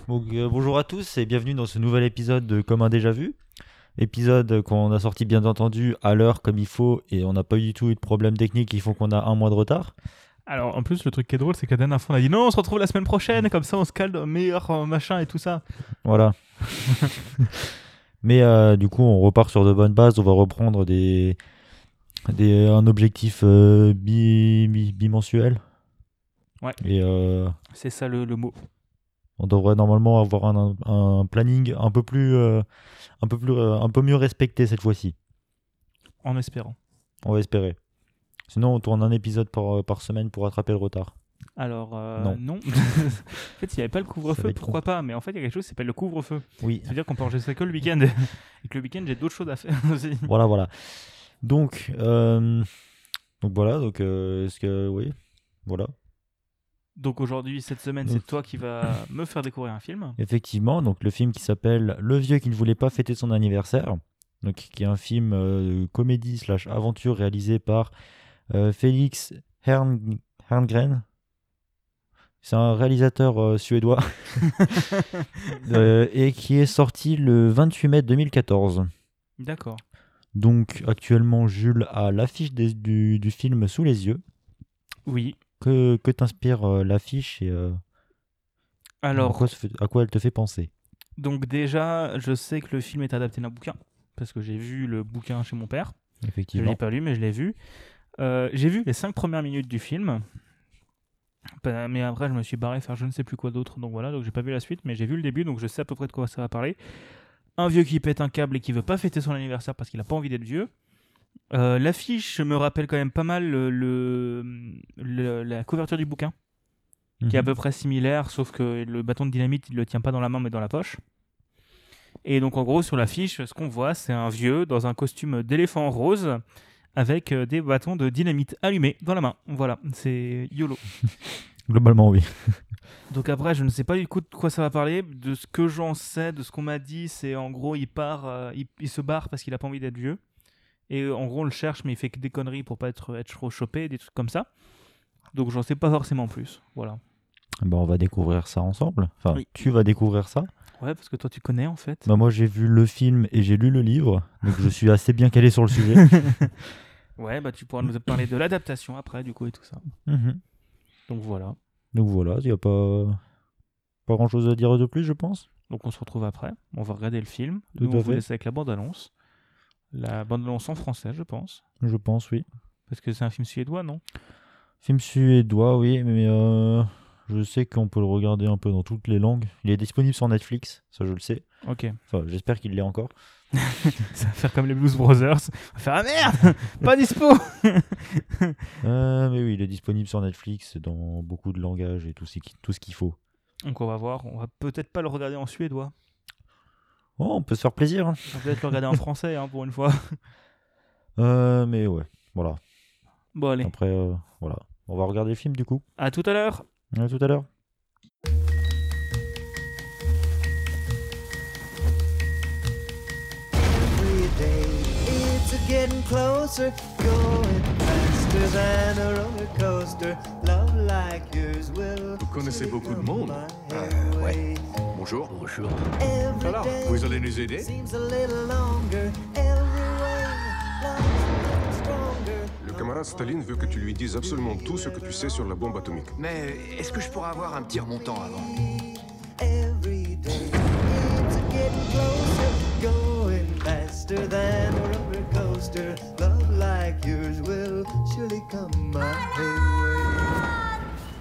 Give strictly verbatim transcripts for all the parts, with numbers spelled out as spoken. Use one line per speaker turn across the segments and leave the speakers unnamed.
Donc, euh, bonjour à tous et bienvenue dans ce nouvel épisode de Comme un déjà vu. Épisode qu'on a sorti bien entendu à l'heure comme il faut et on n'a pas du tout eu de problème technique qui font qu'on a un mois de retard.
Alors en plus le truc qui est drôle c'est que la dernière fois on a dit non on se retrouve la semaine prochaine comme ça on se calme meilleur euh, machin et tout ça.
Voilà. Mais euh, du coup on repart sur de bonnes bases, on va reprendre des, des un objectif euh, bi, bi, bimensuel.
Ouais.
Et euh,
c'est ça le, le mot.
On devrait normalement avoir un, un, un planning un peu plus, euh, un peu plus, euh, un peu mieux respecté cette fois-ci.
En espérant.
On va espérer. Sinon, on tourne un épisode par, par semaine pour rattraper le retard.
Alors, euh,
non.
non. En fait, s'il n'y avait pas le couvre-feu, pourquoi
con.
pas? Mais en fait, il y a quelque chose qui s'appelle le couvre-feu.
Oui.
Ça veut dire qu'on peut enregistrer que le week-end. Et que le week-end, j'ai d'autres choses à faire aussi.
Voilà, voilà. Donc, euh, donc voilà. Donc, euh, est-ce que, oui, voilà.
Donc aujourd'hui, cette semaine, donc, c'est toi qui vas me faire découvrir un film.
Effectivement, donc le film qui s'appelle Le vieux qui ne voulait pas fêter son anniversaire, donc qui est un film euh, comédie slash aventure réalisé par euh, Félix Hern- Herngren. C'est un réalisateur euh, suédois euh, et qui est sorti le vingt-huit mai deux mille quatorze.
D'accord.
Donc actuellement, Jules a l'affiche des, du, du film sous les yeux.
Oui.
Que, que t'inspire euh, l'affiche et euh,
alors,
à quoi, fait, à quoi elle te fait penser?
Donc déjà, je sais que le film est adapté d'un bouquin, parce que j'ai vu le bouquin chez mon père.
Effectivement.
Je ne l'ai pas lu, mais je l'ai vu. Euh, j'ai vu les cinq premières minutes du film, mais après je me suis barré faire je ne sais plus quoi d'autre, donc voilà, donc j'ai pas vu la suite, mais j'ai vu le début, donc je sais à peu près de quoi ça va parler. Un vieux qui pète un câble et qui veut pas fêter son anniversaire parce qu'il a pas envie d'être vieux. Euh, l'affiche me rappelle quand même pas mal le, le, le, la couverture du bouquin, mmh. qui est à peu près similaire, sauf que le bâton de dynamite, il le tient pas dans la main, mais dans la poche. Et donc, en gros, sur l'affiche, ce qu'on voit, c'est un vieux dans un costume d'éléphant rose, avec des bâtons de dynamite allumés dans la main. Voilà, c'est YOLO.
Globalement, oui.
Donc après, je ne sais pas du coup de quoi ça va parler. De ce que j'en sais, de ce qu'on m'a dit, c'est en gros, il part, euh, il, il se barre parce qu'il a pas envie d'être vieux. Et en gros, on le cherche, mais il fait que des conneries pour pas être, être trop chopé, des trucs comme ça. Donc, j'en sais pas forcément plus. Voilà.
Ben, on va découvrir ça ensemble. Enfin,
oui.
Tu vas découvrir ça.
Ouais, parce que toi, tu connais en fait.
Ben, moi, j'ai vu le film et j'ai lu le livre. Donc, je suis assez bien calé sur le sujet.
Ouais, bah, tu pourras nous parler de l'adaptation après, du coup, et tout ça.
Mm-hmm.
Donc, voilà.
Donc, voilà, il n'y a pas... pas grand-chose à dire de plus, je pense.
Donc, on se retrouve après. On va regarder le film.
Tout
Nous,
à
on
fait.
vous laisse avec la bande-annonce. La bande-annonce en français, je pense.
Je pense, oui.
Parce que c'est un film suédois, non?
Film suédois, oui, mais euh, je sais qu'on peut le regarder un peu dans toutes les langues. Il est disponible sur Netflix, ça je le sais.
Ok.
Enfin, j'espère qu'il l'est encore.
Ça va faire comme les Blues Brothers. On va faire ah merde, pas dispo.
euh, mais oui, il est disponible sur Netflix dans beaucoup de langages et tout ce, qui, tout ce qu'il faut.
Donc on va voir. On va peut-être pas le regarder en suédois.
Oh, on peut se faire plaisir. Hein.
On va peut-être le regarder en français, hein, pour une fois.
Euh, mais ouais, voilà.
Bon, allez.
Après, euh, voilà. On va regarder le film, du coup.
À tout à l'heure.
À tout à l'heure.
Every day it's getting closer, going faster than a roller coaster. Love like yours will.
Vous connaissez beaucoup de monde?
Euh,
ouais. Bonjour. Bonjour.
Alors,
vous allez nous aider?
Le camarade Staline veut que tu lui dises absolument tout ce que tu sais sur la bombe atomique.
Mais est-ce que je pourrais avoir un petit remontant avant?
Every day it's getting closer, going faster than a roller coaster. Love like yours will surely come my way.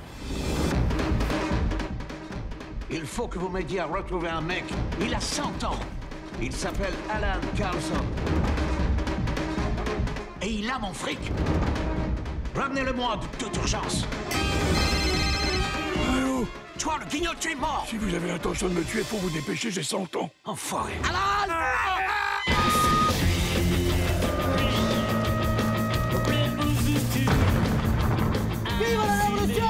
Il faut que vous m'aidiez à retrouver un mec. Il a cent ans. Il s'appelle Alan Carlson. Et il a mon fric. Ramenez-le-moi de toute urgence.
Allô?
Toi, le guignol, tu es mort.
Si vous avez l'intention de me tuer, faut vous dépêcher, j'ai cent ans.
Enfoiré. Alan!
Vive la révolution!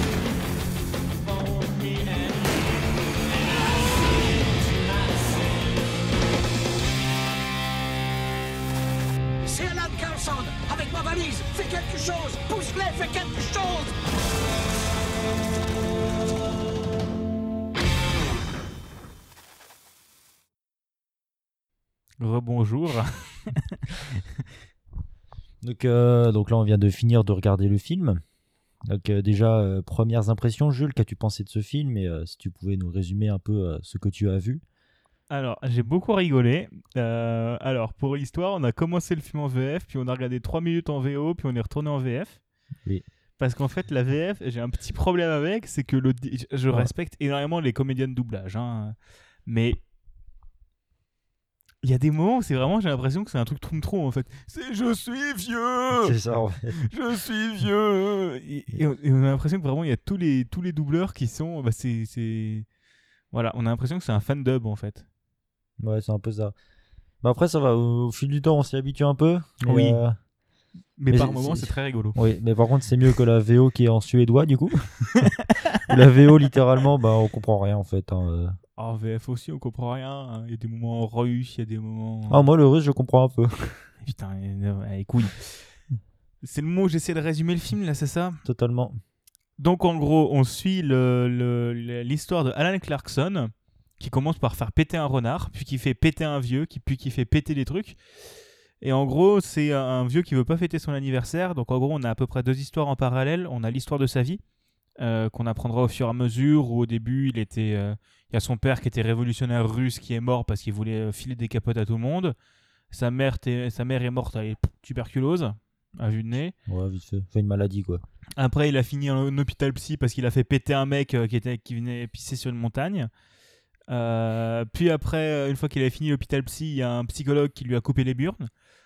C'est Alan Carlson, avec ma valise. Fais quelque chose. Pousse-les, fais quelque chose.
Rebonjour.
Donc, euh, donc là, on vient de finir de regarder le film. Donc euh, déjà, euh, premières impressions, Jules, qu'as-tu pensé de ce film? Et euh, si tu pouvais nous résumer un peu euh, ce que tu as vu.
Alors, j'ai beaucoup rigolé. Euh, alors, pour l'histoire, on a commencé le film en V F, puis on a regardé trois minutes en V O, puis on est retourné en V F.
Oui.
Parce qu'en fait, la V F, j'ai un petit problème avec, c'est que le, je
Ouais.
respecte énormément les comédiens de doublage, hein, mais il y a des moments où c'est vraiment, j'ai l'impression que c'est un truc trop trop en fait. C'est je suis vieux,
C'est ça, en fait.
je suis vieux. Et, et on, et on a l'impression que vraiment il y a tous les tous les doubleurs qui sont, bah c'est c'est, voilà, on a l'impression que c'est un fan dub en fait.
Ouais, c'est un peu ça. Mais après, ça va. Au, au fil du temps, on s'y habitue un peu. Mais,
Oui.
euh,
Mais,
Mais
par
c'est-
moments,
c'est-
c'est très rigolo.
Oui, mais par contre, c'est mieux que la V O qui est en suédois, du coup. La V O, littéralement, bah, on comprend rien, en fait. hein, euh.
En V F aussi, on comprend rien. hein. Il y a des moments en russe, il y a des moments.
Ah, moi, le russe, je comprends un peu.
Putain, les couilles. C'est le mot, j'essaie de résumer le film là, c'est ça?
Totalement.
Donc en gros, on suit le, le- le- l'histoire de Alan Clarkson qui commence par faire péter un renard, puis qui fait péter un vieux, qui, puis qui fait péter des trucs. Et en gros, c'est un vieux qui veut pas fêter son anniversaire. Donc en gros, on a à peu près deux histoires en parallèle. On a l'histoire de sa vie, euh, qu'on apprendra au fur et à mesure, où au début, il était, euh, il y a son père qui était révolutionnaire russe qui est mort parce qu'il voulait euh, filer des capotes à tout le monde. Sa mère, t'est- sa mère est morte avec tuberculose, à vue de nez.
Ouais, vite fait. Fait une maladie, quoi.
Après, il a fini en hôpital psy parce qu'il a fait péter un mec euh, qui, était, qui venait pisser sur une montagne. Euh, puis après, euh, une fois qu'il a fini l'hôpital psy, il y a un psychologue qui lui a coupé les burnes.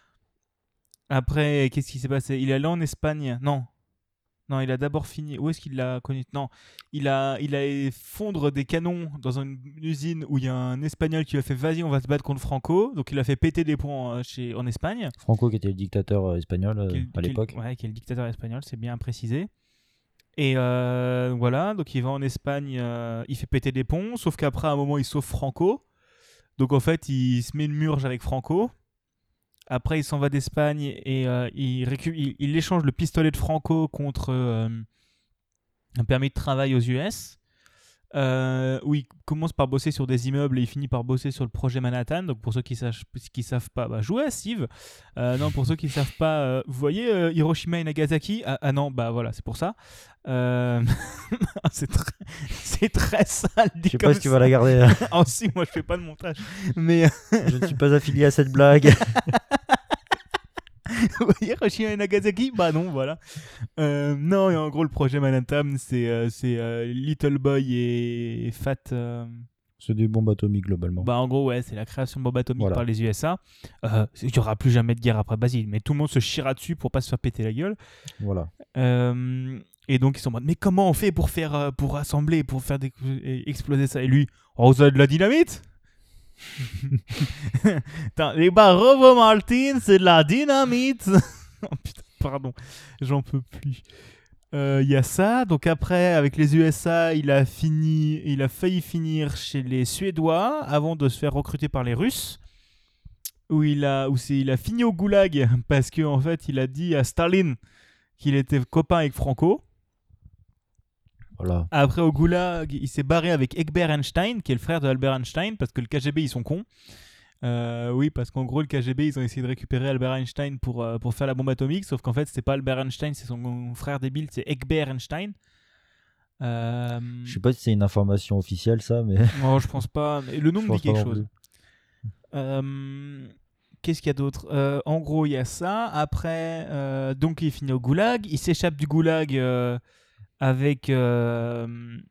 Après, qu'est-ce qui s'est passé? Il est allé en Espagne. Non. Non, il a d'abord fini. Où est-ce qu'il l'a connu? Non. Il a, il a fondre des canons dans une usine où il y a un Espagnol qui lui a fait vas-y, on va se battre contre Franco. Donc il a fait péter des ponts euh, chez, en Espagne.
Franco, qui était le dictateur euh, espagnol euh,
Quel-
à
quel-
l'époque.
Ouais, qui est le dictateur espagnol, c'est bien précisé. Et euh, voilà, donc il va en Espagne, euh, il fait péter des ponts, sauf qu'après, à un moment, il sauve Franco. Donc en fait, il se met une murge avec Franco. Après, il s'en va d'Espagne et euh, il, récu- il, il échange le pistolet de Franco contre euh, un permis de travail aux U S. Euh, où il commence par bosser sur des immeubles et il finit par bosser sur le projet Manhattan. Donc pour ceux qui ne qui savent pas, bah, jouez à Steve. Euh, non, pour ceux qui ne savent pas, euh, vous voyez euh, Hiroshima et Nagasaki? ah, ah non, bah voilà, c'est pour ça. Euh... c'est, très... c'est très sale.
Je sais pas si tu vas la garder.
Ah si, moi je fais pas de montage. Mais
Je ne suis pas affilié à cette blague.
vous voyez Hiroshima et Nagasaki? Bah non, voilà. Euh, non, et en gros, le projet Manhattan, c'est, euh, c'est euh, Little Boy et Fat. euh,
C'est des bombes atomiques, globalement.
Bah en gros, ouais, c'est la création de bombes atomiques
Voilà.
par les U S A. Euh, il n'y aura plus jamais de guerre après Basile, mais tout le monde se chiera dessus pour pas se faire péter la gueule.
Voilà.
Euh, et donc ils sont en mode, mais comment on fait pour faire, euh, pour assembler, pour faire des- et exploser ça? Et lui, oh, vous avez de la dynamite? Putain, les Barrovo Martin, c'est de la dynamite. Oh, putain, pardon, j'en peux plus. Euh, Il y a ça, donc après avec les U S A, il a fini, il a failli finir chez les Suédois avant de se faire recruter par les Russes, où il a, où c'est, il a fini au goulag parce que en fait il a dit à Staline qu'il était copain avec Franco.
Voilà.
Après, au goulag, il s'est barré avec Egbert Einstein, qui est le frère de Albert Einstein, parce que le K G B, ils sont cons. Euh, oui, parce qu'en gros, le K G B, ils ont essayé de récupérer Albert Einstein pour, euh, pour faire la bombe atomique, sauf qu'en fait, c'était pas Albert Einstein, c'est son frère débile, c'est Egbert Einstein. Euh...
Je sais pas si c'est une information officielle, ça, mais.
Non, je pense pas, mais le nom
Je
me dit
pense pas
quelque
non
chose. Euh, Qu'est-ce qu'il y a d'autre? Euh, En gros, il y a ça. Après, euh, donc il finit au goulag. Il s'échappe du goulag euh, avec, euh,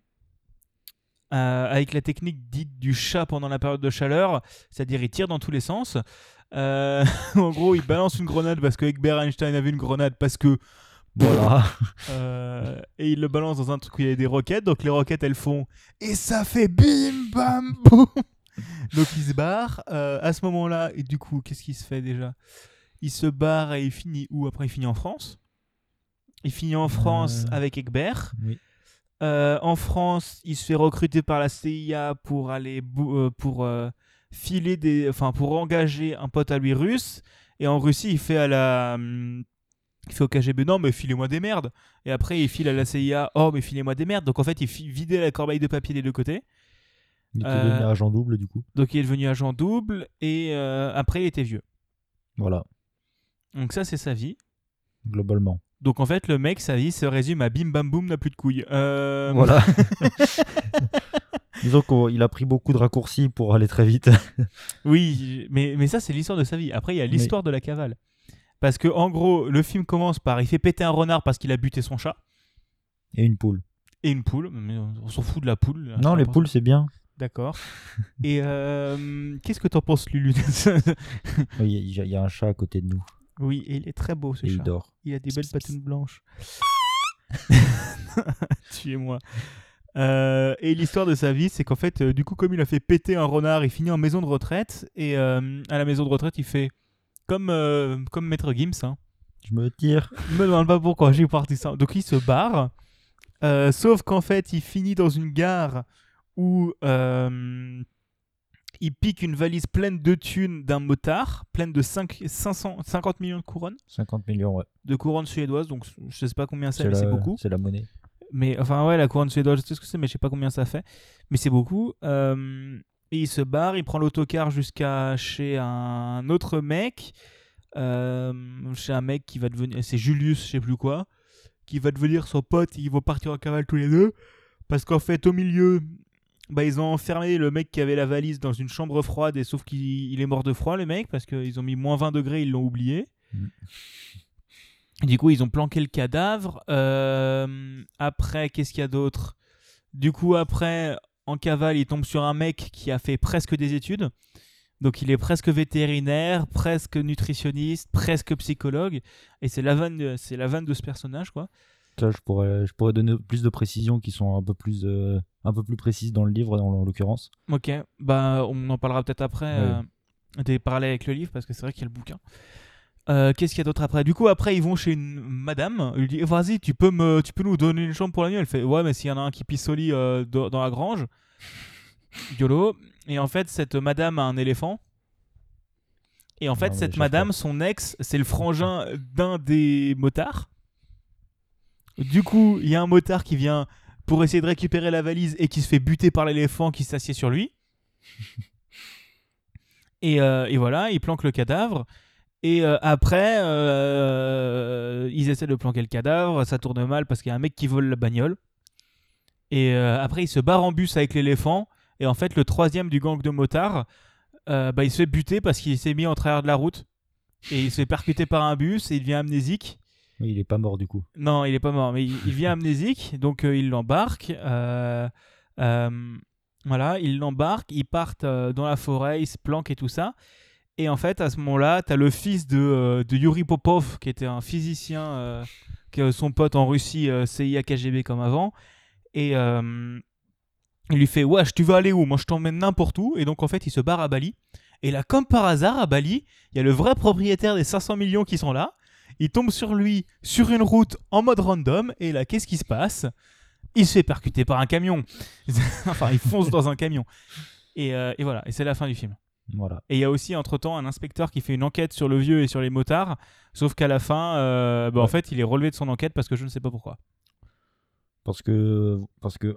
euh, avec la technique dite du chat pendant la période de chaleur. C'est-à-dire, il tire dans tous les sens. Euh, en gros, il balance une grenade parce que Egbert Einstein avait une grenade parce que.
Voilà.
Euh, et il le balance dans un truc où il y a des roquettes. Donc les roquettes, elles font. Et ça fait bim bam boum. Donc il se barre. Euh, à ce moment-là, et du coup, qu'est-ce qui se fait déjà? Il se barre et il finit où? Après, il finit en France. Il finit en France
Euh,
avec Egbert.
Oui.
Euh, en France, il se fait recruter par la C I A pour aller bou- euh, pour euh, filer des, enfin pour engager un pote à lui russe. Et en Russie, il fait à la, hum, il fait au K G B, non mais filez-moi des merdes. Et après, il file à la C I A, oh mais filez-moi des merdes. Donc en fait, il fi- vidait la corbeille de papier des deux côtés.
Il était
Euh,
devenu agent double, du coup.
Donc il est devenu agent double et euh, après il était vieux.
Voilà,
Donc ça c'est sa vie.
globalement.
Donc en fait le mec sa vie se résume à bim bam boum n'a plus de couilles. Euh,
Voilà. Disons qu'il a pris beaucoup de raccourcis pour aller très vite.
Oui, mais, mais ça c'est l'histoire de sa vie. Après il y a l'histoire de la cavale. Parce que en gros le film commence par il fait péter un renard parce qu'il a buté son chat
Et une poule.
et une poule. Mais on s'en fout de la poule.
Non,
C'est
les
important.
poules, c'est bien.
D'accord. Et euh, qu'est-ce que t'en penses, Lulu?
Il y, a- il y a un chat à côté de nous.
Oui, et il est très beau ce
Et
chat.
il dort.
Il a des belles patounes blanches. Tuez-moi. Euh, et l'histoire de sa vie, c'est qu'en fait, euh, du coup, comme il a fait péter un renard, il finit en maison de retraite. Et euh, à la maison de retraite, il fait comme, euh, comme Maître Gims. Hein.
Je me tire.
Je me demande pas pourquoi, j'ai parti ça. Donc il se barre. Euh, sauf qu'en fait, il finit dans une gare où euh, il pique une valise pleine de thunes d'un motard, pleine de cinq, cinq cents, cinquante millions de couronnes,
cinquante millions, ouais.
de couronnes suédoises. Donc je sais pas combien c'est,
C'est
mais
la,
c'est beaucoup.
c'est la monnaie.
Mais enfin, ouais, la couronne suédoise, je sais ce que c'est, mais je sais pas combien ça fait. Mais c'est beaucoup. Euh, et il se barre, il prend l'autocar jusqu'à chez un autre mec. Euh, chez un mec qui va devenir. C'est Julius, je sais plus quoi. Qui va devenir son pote. Ils vont partir en cavale tous les deux. Parce qu'en fait, au milieu, bah, ils ont enfermé le mec qui avait la valise dans une chambre froide. Et sauf qu'il il est mort de froid, le mec. Parce qu'ils ont mis moins vingt degrés, ils l'ont oublié.
Mm.
Du coup, ils ont planqué le cadavre. Euh, après, qu'est-ce qu'il y a d'autre? Du coup, après, en cavale, il tombe sur un mec qui a fait presque des études. Donc, il est presque vétérinaire, presque nutritionniste, presque psychologue. Et c'est la vanne de, c'est la vanne de ce personnage, quoi.
Ça, je pourrais, je pourrais donner plus de précisions qui sont un peu plus, euh, un peu plus précises dans le livre, en, en l'occurrence.
Ok, bah, on en parlera peut-être après
Ouais.
euh, des parallèles avec le livre, parce que c'est vrai qu'il y a le bouquin. Euh, qu'est-ce qu'il y a d'autre après? Du coup, après, ils vont chez une madame. Il lui dit, vas-y, tu peux, me, tu peux nous donner une chambre pour la nuit? Elle fait, ouais, mais s'il y en a un qui pisse au lit euh, dans, dans la grange. YOLO. Et en fait, cette madame a un éléphant. Et en fait,
Non, mais
cette
cherche
madame,
pas.
son ex, c'est le frangin d'un des motards. Du coup, il y a un motard qui vient pour essayer de récupérer la valise et qui se fait buter par l'éléphant qui s'assied sur lui. Et, euh, et voilà, il planque le cadavre. Et euh, après, euh, ils essaient de planquer le cadavre, ça tourne mal parce qu'il y a un mec qui vole la bagnole. Et euh, après, il se barre en bus avec l'éléphant. Et en fait, le troisième du gang de motards, euh, bah, il se fait buter parce qu'il s'est mis en travers de la route. Et il se fait percuter par un bus et il devient amnésique.
Oui, il est pas mort du coup.
Non, il est pas mort, mais il, il vient amnésique, donc euh, il l'embarque. Euh, euh, voilà, il l'embarque, ils partent euh, dans la forêt, ils se planquent et tout ça. Et en fait, à ce moment-là, t'as le fils de, euh, de Yuri Popov, qui était un physicien, euh, qui a son pote en Russie, euh, C I A K G B comme avant. Et euh, il lui fait, wesh, tu vas aller où? Moi, je t'emmène n'importe où. Et donc, en fait, il se barre à Bali. Et là, comme par hasard, à Bali, il y a le vrai propriétaire des cinq cents millions qui sont là. Il tombe sur lui, sur une route, en mode random. Et là, qu'est-ce qui se passe? Il se fait percuter par un camion. Enfin, il fonce dans un camion. Et, euh, et voilà, et c'est la fin du film.
Voilà.
Et il y a aussi, entre-temps, un inspecteur qui fait une enquête sur le vieux et sur les motards. Sauf qu'à la fin, euh, bah,
Ouais.
en fait, il est relevé de son enquête parce que je ne sais pas pourquoi.
Parce que, parce que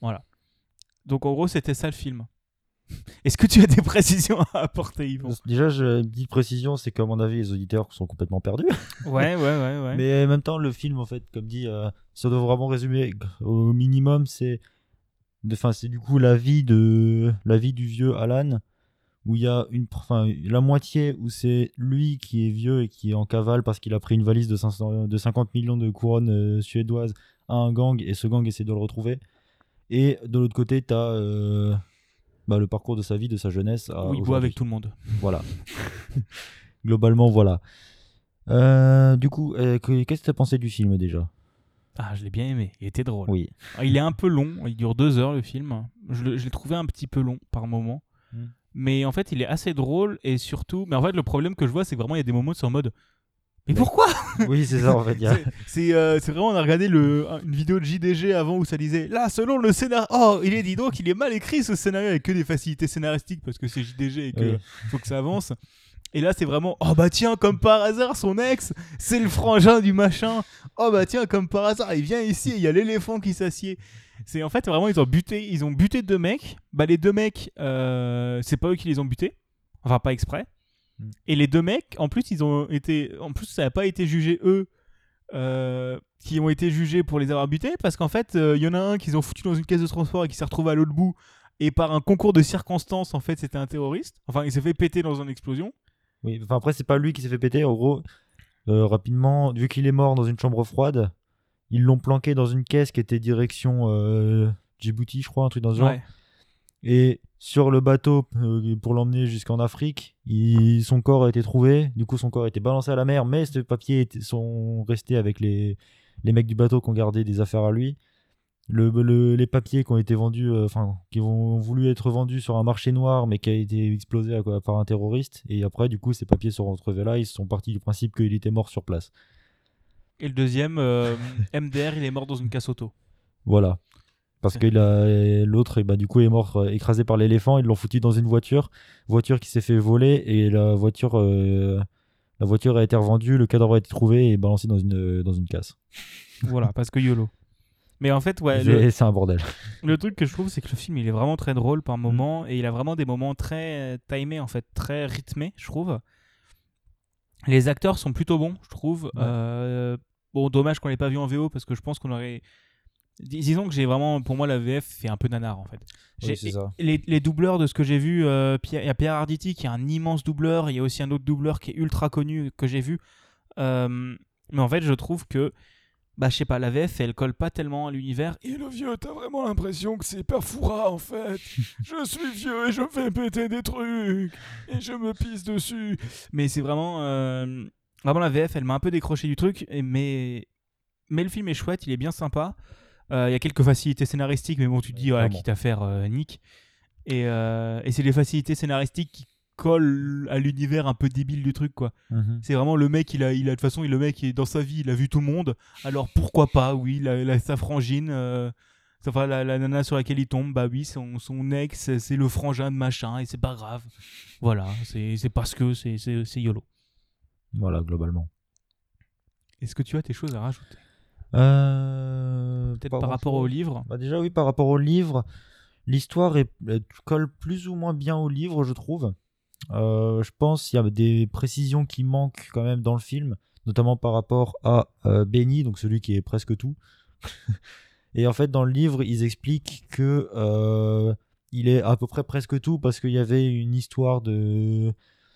Donc, en gros, c'était ça le film. Est-ce que tu as des précisions à apporter, Yvon?
déjà, j'ai une petite précision, c'est qu'à mon avis, les auditeurs sont complètement perdus.
Ouais, ouais, ouais, ouais.
Mais en même temps, le film, en fait, comme dit, euh, si on doit vraiment résumer au minimum, c'est, enfin, c'est du coup la vie de, la vie du vieux Alan, où il y a une, enfin, la moitié où c'est lui qui est vieux et qui est en cavale parce qu'il a pris une valise de, cinq cents de cinquante millions de couronnes euh, suédoises à un gang et ce gang essaie de le retrouver. Et de l'autre côté, t'as euh, bah, le parcours de sa vie, de sa jeunesse. À
Où il boit
aujourd'hui.
avec tout le monde.
Voilà. Globalement, voilà. Euh, du coup, euh, que- qu'est-ce que tu as pensé du film déjà?
Ah, je l'ai bien aimé. Il était drôle.
Oui.
Ah, il est un peu long. Il dure deux heures, le film. Je, le- je l'ai trouvé un petit peu long par moment.
Mm.
Mais en fait, il est assez drôle. Et surtout... Mais en fait, le problème que je vois, c'est que vraiment, il y a des moments où c'est en mode... Mais
Mais-
pourquoi?
Oui, c'est ça en fait. il y a-
C'est- C'est euh, c'est vraiment, on a regardé le, une vidéo de J D G avant où ça disait là, selon le scénario. Oh, il est dit donc, il est mal écrit ce scénario avec que des facilités scénaristiques parce que c'est J D G et que
Oui.
faut que ça avance. Et là, c'est vraiment oh bah tiens, comme par hasard, son ex, c'est le frangin du machin. Oh bah tiens, comme par hasard, il vient ici et il y a l'éléphant qui s'assied. C'est en fait vraiment ils ont buté, ils ont buté deux mecs. Bah les deux mecs, euh, c'est pas eux qui les ont butés, enfin pas exprès.
Mm.
Et les deux mecs, en plus ils ont été, en plus ça n'a pas été jugé eux, euh, qui ont été jugés pour les avoir butés, parce qu'en fait il euh, y en a un qu'ils ont foutu dans une caisse de transport et qui s'est retrouvé à l'autre bout. Et par un concours de circonstances, en fait, c'était un terroriste. Enfin, il s'est fait péter dans une explosion.
Oui, enfin après c'est pas lui qui s'est fait péter. En gros, euh, rapidement, vu qu'il est mort dans une chambre froide, ils l'ont planqué dans une caisse qui était direction euh, Djibouti, je crois, un truc dans ce genre.
Ouais.
Et sur le bateau euh, pour l'emmener jusqu'en Afrique, il- son corps a été trouvé. Du coup, son corps a été balancé à la mer, mais ces papiers étaient- sont restés avec les, les mecs du bateau qui ont gardé des affaires à lui. Le, le- les papiers qui ont été vendus, euh, enfin, qui ont voulu être vendus sur un marché noir, mais qui a été explosé à quoi, par un terroriste. Et après, du coup, ces papiers sont retrouvés là. Ils sont partis du principe qu'il était mort sur place.
Et le deuxième, euh, M D R, il est mort dans une casse auto.
Voilà. Parce que il a- l'autre, eh ben, du coup, est mort euh, écrasé par l'éléphant. Ils l'ont foutu dans une voiture. Voiture qui s'est fait voler. Et la voiture, euh, la voiture a été revendue. Le cadavre a été trouvé et balancé dans une, dans une casse.
Voilà, parce que YOLO. Mais en fait, ouais,
c'est,
le,
c'est un bordel.
le truc que je trouve, c'est que le film, il est vraiment très drôle par moments. Et il a vraiment des moments très euh, timés, en fait, très rythmés, je trouve. Les acteurs sont plutôt bons, je trouve.
Ouais.
Euh, bon, dommage qu'on l'ait pas vu en V O, parce que je pense qu'on aurait... Dis- Disons que j'ai vraiment, pour moi, la V F fait un peu nanar en fait. J'ai-
Oui, c'est ça.
Les, les doubleurs de ce que j'ai vu, euh, Pierre- il y a Pierre Arditi qui est un immense doubleur, il y a aussi un autre doubleur qui est ultra connu que j'ai vu. Euh, mais en fait, je trouve que, bah, je sais pas, la V F elle colle pas tellement à l'univers.
Et le vieux, t'as vraiment l'impression que c'est Perfura en fait. Je suis vieux et je fais péter des trucs. Et je me pisse dessus.
Mais c'est vraiment, euh, vraiment la V F elle m'a un peu décroché du truc, et- mais, mais le film est chouette, il est bien sympa. Euh, Il y a quelques facilités scénaristiques, mais bon, tu te dis, voilà,
Clairement.
quitte à faire euh, Nick. Et, euh, et c'est les facilités scénaristiques qui collent à l'univers un peu débile du truc, quoi.
Mhm.
C'est vraiment le mec, il a, il a de toute façon, il- le mec, il est dans sa vie, il a vu tout le monde. Alors pourquoi pas, oui, la, la- sa frangine, euh, enfin la, la nana sur laquelle il tombe, bah oui, son, son ex, c'est le frangin de machin, et c'est pas grave. Voilà, c'est c'est parce que c'est c'est- c'est YOLO.
Voilà, globalement.
Est-ce que tu as tes choses à rajouter?
Euh,
Peut-être
pas
par rapport au
grand-chose.
livre.
Bah déjà oui, par rapport au livre, l'histoire est, elle colle plus ou moins bien au livre, je trouve. Euh, je pense qu'il y a des précisions qui manquent quand même dans le film, notamment par rapport à euh, Benny, donc celui qui est presque tout. Et en fait, dans le livre, ils expliquent que euh, il est à peu près presque tout parce qu'il y avait une histoire de,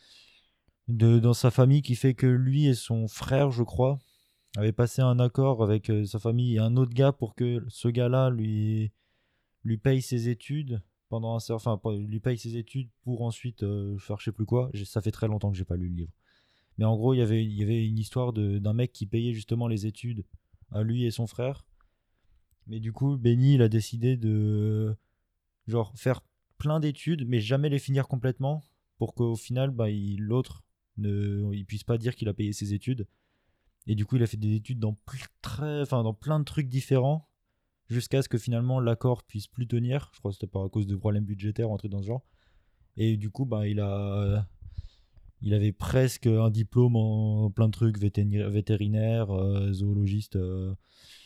de dans sa famille qui fait que lui et son frère, je crois, avait passé un accord avec euh, sa famille et un autre gars pour que ce gars-là lui, lui paye ses études pendant un cer- enfin pas- lui paye ses études pour ensuite euh, faire je sais plus quoi. J'ai- ça fait très longtemps que j'ai pas lu le livre. Mais en gros, il y avait il y avait une histoire de d'un mec qui payait justement les études à lui et son frère. Mais du coup, Benny, il a décidé de genre faire plein d'études mais jamais les finir complètement pour qu'au final bah il- l'autre ne il puisse pas dire qu'il a payé ses études. Et du coup, il a fait des études dans, pl- très, enfin, dans plein de trucs différents jusqu'à ce que finalement l'accord puisse plus tenir. Je crois que c'était par à cause de problèmes budgétaires ou un truc dans ce genre. Et du coup, bah, il, a, il avait presque un diplôme en plein de trucs, véténi- vétérinaire, euh, zoologiste euh,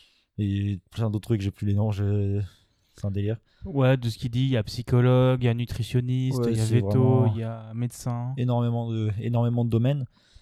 et plein d'autres trucs. J'ai plus les noms, je- c'est un délire.
Ouais, de ce qu'il dit, il y a psychologue, il y a nutritionniste,
Ouais,
il y a
c'est
veto,
vraiment-
il y a médecin.
Énormément de, énormément de domaines.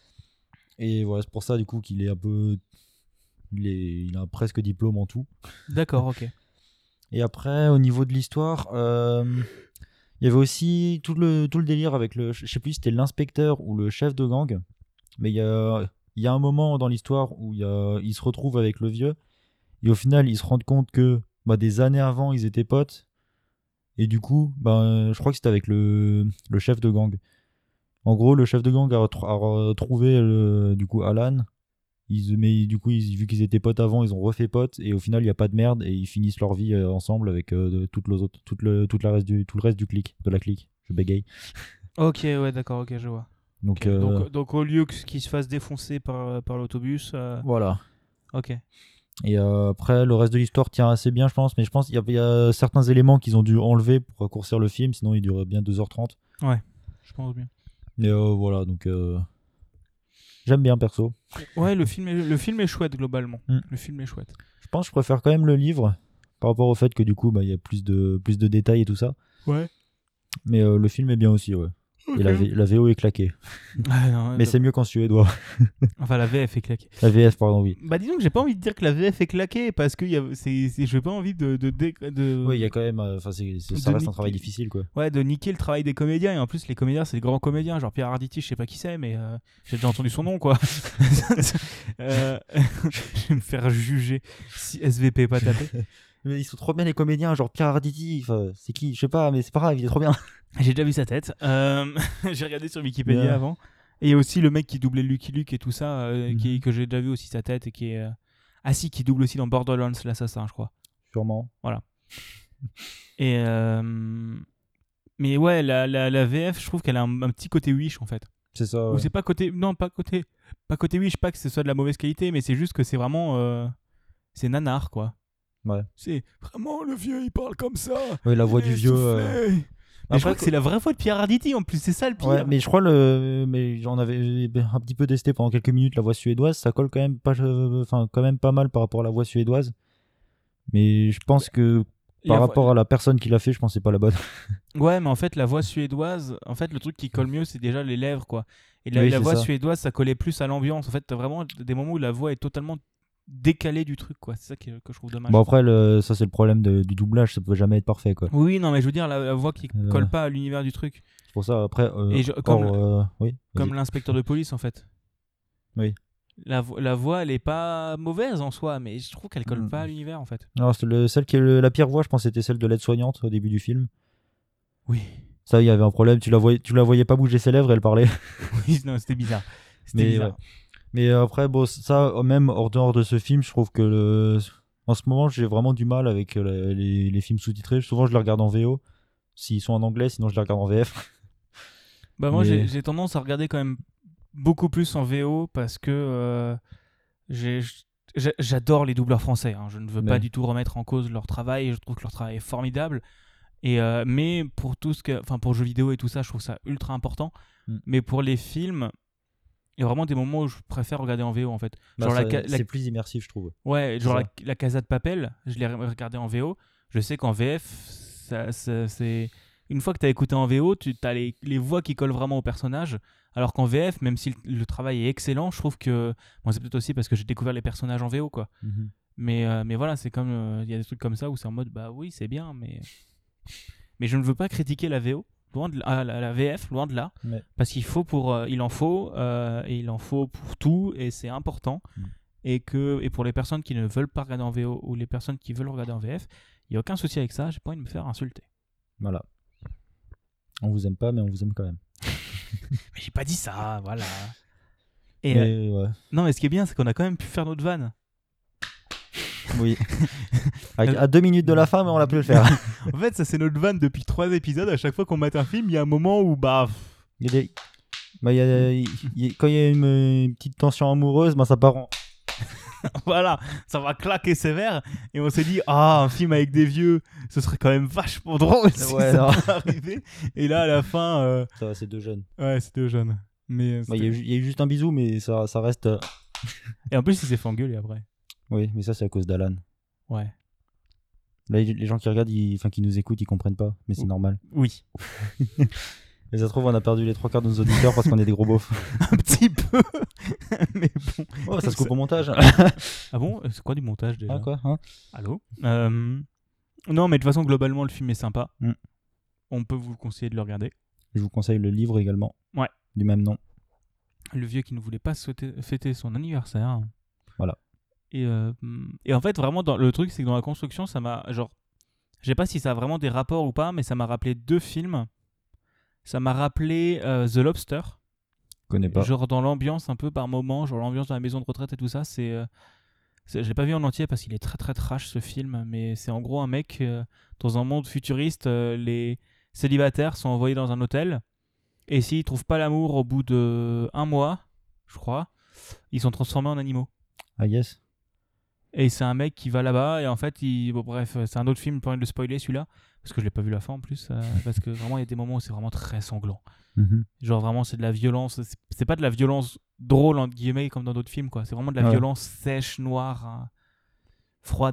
Et voilà, c'est pour ça du coup qu'il est un peu. Il, est, il a un presque diplôme en tout.
D'accord, ok.
Et après, au niveau de l'histoire, euh, il y avait aussi tout le, tout le délire avec le. Je sais plus si c'était l'inspecteur ou le chef de gang. Mais il y a, il y a un moment dans l'histoire où il, y a, il se retrouve avec le vieux. Et au final, ils se rendent compte que bah, des années avant, ils étaient potes. Et du coup, bah, je crois que c'était avec le, le chef de gang. En gros, le chef de gang a, retr- a retrouvé le- du coup Alan. Ils, mais du coup, ils, vu qu'ils étaient potes avant, ils ont refait potes. Et au final, il n'y a pas de merde. Et ils finissent leur vie euh, ensemble avec euh, de- toute le, autres- toute le, toute la reste du, tout le reste du clic, de la clique. Je bégaye.
Ok, ouais, d'accord, ok, je vois.
Donc,
Ok,
euh,
donc, donc au lieu que- qu'il se fasse défoncer par, par l'autobus, euh,
voilà.
ok.
Et euh, après, le reste de l'histoire tient assez bien, je pense. Mais je pense qu'il y, a- il y a certains éléments qu'ils ont dû enlever pour raccourcir le film. Sinon, il durait bien deux heures trente.
Je pense bien.
Mais euh, voilà, donc euh, j'aime bien perso.
Ouais, le film est, le film est chouette globalement.
Mm.
Le film est chouette.
Je pense que je préfère quand même le livre par rapport au fait que du coup, bah, il y a plus de, plus de détails et tout ça.
Ouais.
Mais euh, le film est bien aussi, ouais. Et la, V- la V O est claquée.
Ah, non,
Mais
top.
c'est mieux qu'en suédois.
Enfin, la V F est claquée.
La V F, pardon, oui.
Bah, disons que j'ai pas envie de dire que la V F est claquée parce que y a... c'est... c'est... j'ai pas envie de. de, de, de...
Oui, il y a quand même. Enfin, c'est, c'est- ça
de
reste un
niquer-
travail difficile, quoi.
Ouais, de niquer le travail des comédiens. Et en plus, les comédiens, c'est des grands comédiens. Genre Pierre Arditi, je sais pas qui c'est, mais euh, j'ai déjà entendu son nom, quoi. euh, je vais me faire juger si S V P est pas tapé.
Mais ils sont trop bien, les comédiens, genre Pierre Arditi. Enfin, c'est qui? Je sais pas, mais c'est pas grave, il est trop bien.
J'ai déjà vu sa tête. Euh, j'ai regardé sur Wikipédia
Yeah.
avant. Et il y a aussi le mec qui doublait Lucky Luke et tout ça, euh,
Mhm.
qui, que j'ai déjà vu aussi sa tête et qui est. euh, Ah si, qui double aussi dans Borderlands, l'assassin, je crois.
Sûrement.
Et. euh, Mais ouais, la, la, la V F, je trouve qu'elle a un, un petit côté Wish en fait.
C'est ça.
Ou
Ouais.
c'est pas côté. Non, pas côté. Pas côté Wish, pas que ce soit de la mauvaise qualité, mais c'est juste que c'est vraiment. euh, C'est nanar quoi.
Ouais.
C'est.
Vraiment, le vieux, il parle comme ça.
Ouais, la voix
Il
du
est
vieux.
essoufflé.
euh,
Mais je crois
Après,
que c'est la vraie voix de Pierre Arditi en plus, c'est ça le pire.
Ouais, mais je crois le, mais j'en avais un petit peu testé pendant quelques minutes la voix suédoise, ça colle quand même pas, enfin quand même pas mal par rapport à la voix suédoise. Mais je pense que
La
par
voix-
rapport à la personne qui l'a fait, je pense que c'est pas la bonne.
Ouais, mais en fait, la voix suédoise, en fait, le truc qui colle mieux, c'est déjà les lèvres, quoi. Et la,
Oui,
la
c'est
voix
ça.
suédoise, ça collait plus à l'ambiance. En fait, t'as vraiment des moments où la voix est totalement décalée du truc, quoi. C'est ça que, que je trouve dommage.
Bon après, le, ça c'est le problème de- du doublage, ça peut jamais être parfait quoi.
Oui, oui, non, mais je veux dire, la, la voix qui
Euh.
colle pas à l'univers du truc.
C'est pour ça après. euh,
Et je-
hors,
comme-
euh, oui.
Comme
vas-y.
l'inspecteur de police, en fait.
Oui.
La, vo- la voix, elle est pas mauvaise en soi, mais je trouve qu'elle colle
Mm.
pas à l'univers, en fait.
Alors c'est le, celle qui est le- la pire voix, je pense, c'était celle de l'aide-soignante au début du film.
Oui.
Ça, il y avait un problème. Tu la voyais, tu la voyais pas bouger ses lèvres, elle parlait.
Oui, non, c'était bizarre. C'était
Mais,
bizarre.
ouais. Mais euh, après, bon, ça, même hors dehors de ce film, je trouve que le... en ce moment, j'ai vraiment du mal avec euh, les, les films sous-titrés. Souvent, je les regarde en V O, s'ils sont en anglais, sinon je les regarde en V F.
Bah moi
Mais-
j'ai, j'ai tendance à regarder quand même beaucoup plus en V O parce que euh, j'ai, j'ai- j'adore les doubleurs français. Hein. Je ne veux pas
Ouais.
du tout remettre en cause leur travail. Je trouve que leur travail est formidable. Et euh, mais pour tout ce que, enfin pour jeux vidéo et tout ça, je trouve ça ultra important.
Mm.
Mais pour les films, il y a vraiment des moments où je préfère regarder en V O en fait.
Bah,
Genre la,
ça-
ca- la-
c'est plus immersif, je trouve.
ouais, genre
ça.
la, la Casa de Papel, je l'ai re- regardé en V O. Je sais qu'en V F, ça, ça- c'est une fois que tu as écouté en V O, tu as les, les voix qui collent vraiment au personnage. Alors qu'en V F, même si le, le travail est excellent, je trouve que bon, c'est peut-être aussi parce que j'ai découvert les personnages en V O quoi.
Mhm.
Mais euh, mais voilà, c'est comme euh, il y a des trucs comme ça où c'est en mode bah oui, c'est bien mais mais je ne veux pas critiquer la V O, loin de ah, la, la V F, loin de là,
Ouais.
parce qu'il faut pour euh, il en faut euh, et il en faut pour tout et c'est important.
Mm.
Et que et pour les personnes qui ne veulent pas regarder en V O ou les personnes qui veulent regarder en V F, il y a aucun souci avec ça, j'ai pas envie de me faire insulter.
Voilà. On vous aime pas, mais on vous aime quand même.
Mais j'ai pas dit ça, voilà. Et euh,
Mais, ouais.
non, mais ce qui est bien, c'est qu'on a quand même pu faire notre vanne.
Oui. Avec- à deux minutes de la fin, mais on l'a pu le faire.
En fait, ça c'est notre vanne depuis trois épisodes. À chaque fois qu'on mate un film, il y a un moment où bah pff,
Il y a des- bah, il y a- il y a- quand il y a une, une petite tension amoureuse, bah, ça part en...
voilà, ça va claquer sévère. Et on s'est dit ah un film avec des vieux, ce serait quand même vachement drôle si
Ouais,
ça
non.
pouvait arriver. Et là à la fin, euh,
Ça va, c'est deux jeunes.
ouais c'était jeune. Mais euh,
Bah, il y, a
c'était-
eu- il y a eu juste un bisou, mais ça, ça reste... euh,
et en plus il s'est fait engueuler après.
Oui, mais ça, c'est à cause d'Alan.
Ouais.
Là, les gens qui regardent, ils... enfin, qui nous écoutent, ils comprennent pas, mais c'est
Oh.
normal.
Oui.
Mais ça se trouve, on a perdu les trois quarts de nos auditeurs parce qu'on est des gros beaufs.
Un petit peu. Mais bon.
Oh, ça se coupe au montage.
Ah bon, c'est quoi du montage déjà?
Ah, quoi, hein
Allô Euh, Non, mais de toute façon, globalement, le film est sympa.
Mm.
On peut vous le conseiller de le regarder.
Je vous conseille le livre également.
Ouais.
Du même nom.
Le vieux qui ne voulait pas souhaiter- fêter son anniversaire.
Voilà.
Et, euh, et en fait, vraiment, dans, le truc, c'est que dans la construction, ça m'a. Genre. Je sais pas si ça a vraiment des rapports ou pas, mais ça m'a rappelé deux films. Ça m'a rappelé euh, The Lobster.
Je connais pas.
Genre dans l'ambiance un peu par moment, genre l'ambiance de la maison de retraite et tout ça, c'est, euh, c'est je l'ai pas vu en entier parce qu'il est très très trash ce film, mais c'est en gros un mec euh, dans un monde futuriste, euh, les célibataires sont envoyés dans un hôtel et s'ils trouvent pas l'amour au bout de un mois, je crois, ils sont transformés en animaux.
Ah, yes.
Et c'est un mec qui va là-bas et en fait, il... bon, bref, c'est un autre film, pas envie de le spoiler celui-là parce que je l'ai pas vu la fin en plus, euh, parce que vraiment il y a des moments où c'est vraiment très sanglant.
Mhm.
Genre vraiment c'est de la violence, c'est- c'est pas de la violence drôle entre guillemets comme dans d'autres films quoi, c'est vraiment de la
Ouais.
violence sèche, noire, hein, froide.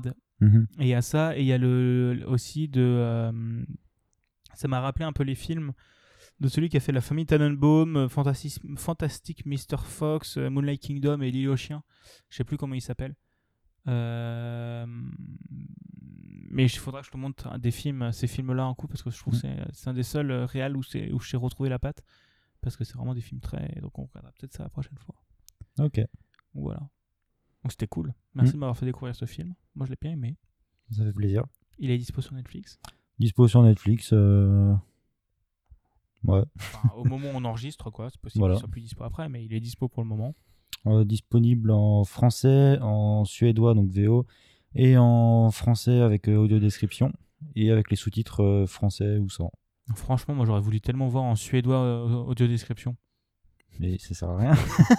Mhm.
Et il y a ça, et il y a le, le- aussi de... euh, ça m'a rappelé un peu les films de celui qui a fait La Famille Tannenbaum, euh, Fantastic, Fantastic mister Fox, euh, Moonlight Kingdom et L'île aux chiens. Je sais plus comment il s'appelle. Euh, Mais il faudra que je te montre un des films, ces films-là en coup, parce que je trouve que c'est, c'est un des seuls euh, réels où, c'est, où j'ai retrouvé la patte. Parce que c'est vraiment des films très... Donc on regardera peut-être ça la prochaine fois.
Ok,
Voilà. Donc c'était cool. Merci
Mm.
de m'avoir fait découvrir ce film. Moi je l'ai bien aimé.
ça fait plaisir.
Il est dispo sur Netflix.
Dispo sur Netflix. euh, Ouais.
Enfin, au moment où on enregistre, quoi. C'est possible
Voilà.
qu'il soit plus dispo après, mais il est dispo pour le moment.
Euh, disponible en français, en suédois, donc V O, et en français avec euh, audio description, et avec les sous-titres euh, français ou sans.
Franchement, moi j'aurais voulu tellement voir en suédois euh, audio description.
Mais ça sert à rien.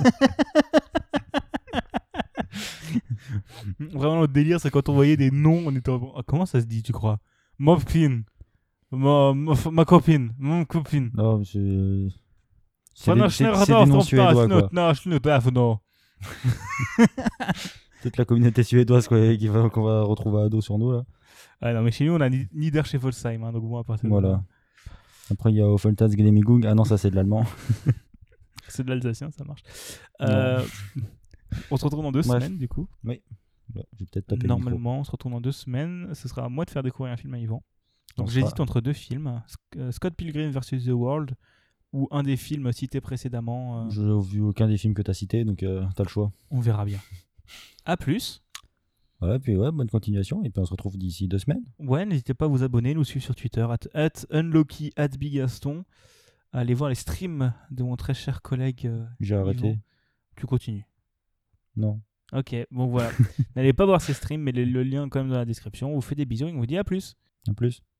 Vraiment, le délire, c'est quand on voyait des noms, on était en... Ah, comment ça se dit, tu crois? Mopkin. Ma, ma, ma copine. Mon copine.
Non, mais c'est... C'est des, c'est- c'est des noms suédois, quoi. Peut-être la communauté suédoise quoi, qui va, qu'on va retrouver à dos sur nous, là.
Ah non, mais chez nous, on a Ni- Niederscheffolsheim, hein, donc bon, à partir de
Voilà.
là,
Après, il y a Offeltas Glemmigung. Ah non, ça, c'est de l'allemand.
c'est de l'alsacien, ça marche. Euh, on se retrouve dans deux
Bref.
semaines, du coup.
Ouais, je vais peut-être taper le micro.
Normalement, on se retrouve dans deux semaines. Ce sera à moi de faire découvrir un film à Yvan. Donc
On
j'hésite
sera-
entre deux films, Sc- euh, Scott Pilgrim versus The World ou un des films cités précédemment. euh,
Je n'ai vu aucun des films que tu as cités, donc euh, tu as le choix.
On verra bien. À plus.
Voilà, puis ouais, bonne continuation, et puis on se retrouve d'ici deux semaines.
Ouais, n'hésitez pas à vous abonner, nous suivre sur Twitter, at, at unlucky, at bigaston. Allez voir les streams de mon très cher collègue. euh,
J'ai arrêté.
Yvan. Tu continues.
Non.
Ok, bon voilà. N'allez pas voir ces streams, mais le, le lien quand même dans la description. On vous fait des bisous et on vous dit à plus.
En plus.